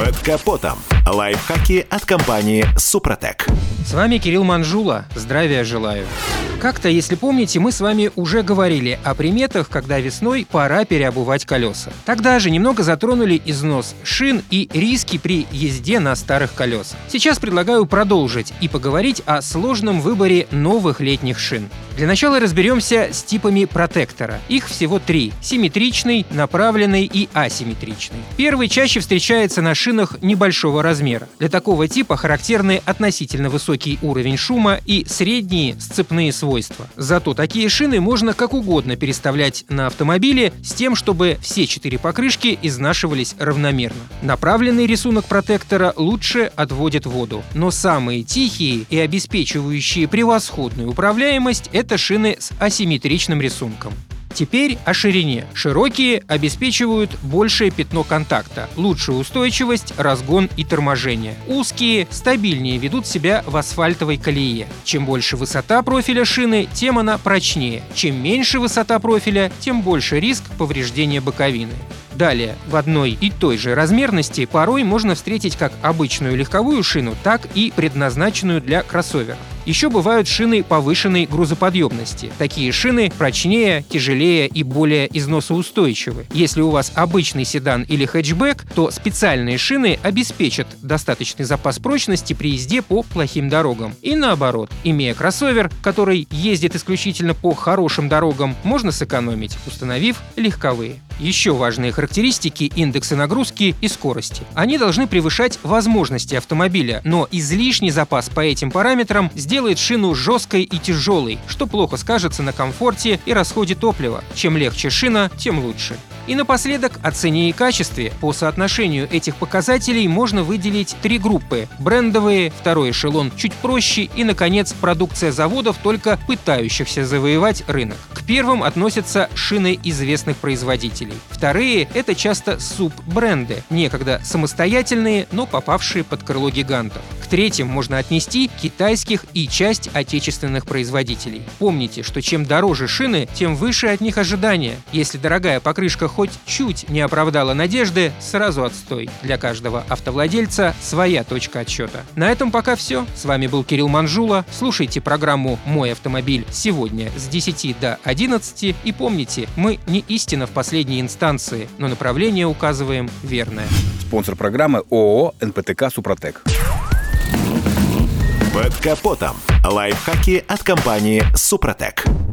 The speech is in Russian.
Под капотом. Лайфхаки от компании «Супротек». С вами Кирилл Манжула. Здравия желаю. Как-то, если помните, мы с вами уже говорили о приметах, когда весной пора переобувать колеса. Тогда же немного затронули износ шин и риски при езде на старых колесах. Сейчас предлагаю продолжить и поговорить о сложном выборе новых летних шин. Для начала разберемся с типами протектора. Их всего 3 – симметричный, направленный и асимметричный. Первый чаще встречается на шинах небольшого размера. Для такого типа характерны относительно высокий уровень шума и средние сцепные свойства. Зато такие шины можно как угодно переставлять на автомобиле с тем, чтобы все 4 покрышки изнашивались равномерно. Направленный рисунок протектора лучше отводит воду, но самые тихие и обеспечивающие превосходную управляемость – это шины с асимметричным рисунком. Теперь о ширине. Широкие обеспечивают большее пятно контакта, лучшую устойчивость, разгон и торможение. Узкие стабильнее ведут себя в асфальтовой колее. Чем больше высота профиля шины, тем она прочнее. Чем меньше высота профиля, тем больше риск повреждения боковины. Далее, в одной и той же размерности порой можно встретить как обычную легковую шину, так и предназначенную для кроссоверов. Еще бывают шины повышенной грузоподъемности. Такие шины прочнее, тяжелее и более износоустойчивы. Если у вас обычный седан или хэтчбэк, то специальные шины обеспечат достаточный запас прочности при езде по плохим дорогам. И наоборот, имея кроссовер, который ездит исключительно по хорошим дорогам, можно сэкономить, установив легковые. Еще важные характеристики – индексы нагрузки и скорости. Они должны превышать возможности автомобиля, но излишний запас по этим параметрам сделает шину жесткой и тяжелой, что плохо скажется на комфорте и расходе топлива. Чем легче шина, тем лучше. И напоследок о цене и качестве. По соотношению этих показателей можно выделить 3 группы – брендовые, второй эшелон чуть проще и, наконец, продукция заводов, только пытающихся завоевать рынок. К первым относятся шины известных производителей. Вторые – это часто суббренды, некогда самостоятельные, но попавшие под крыло гигантов. К третьим можно отнести китайских и часть отечественных производителей. Помните, что чем дороже шины, тем выше от них ожидания. Если дорогая покрышка хоть чуть не оправдала надежды, сразу отстой. Для каждого автовладельца своя точка отсчета. На этом пока все. С вами был Кирилл Манжула. Слушайте программу «Мой автомобиль» сегодня с 10 до 11. И помните, мы не истина в последней инстанции, но направление указываем верное. Спонсор программы ООО «НПТК Супротек». Под капотом. Лайфхаки от компании «Супротек».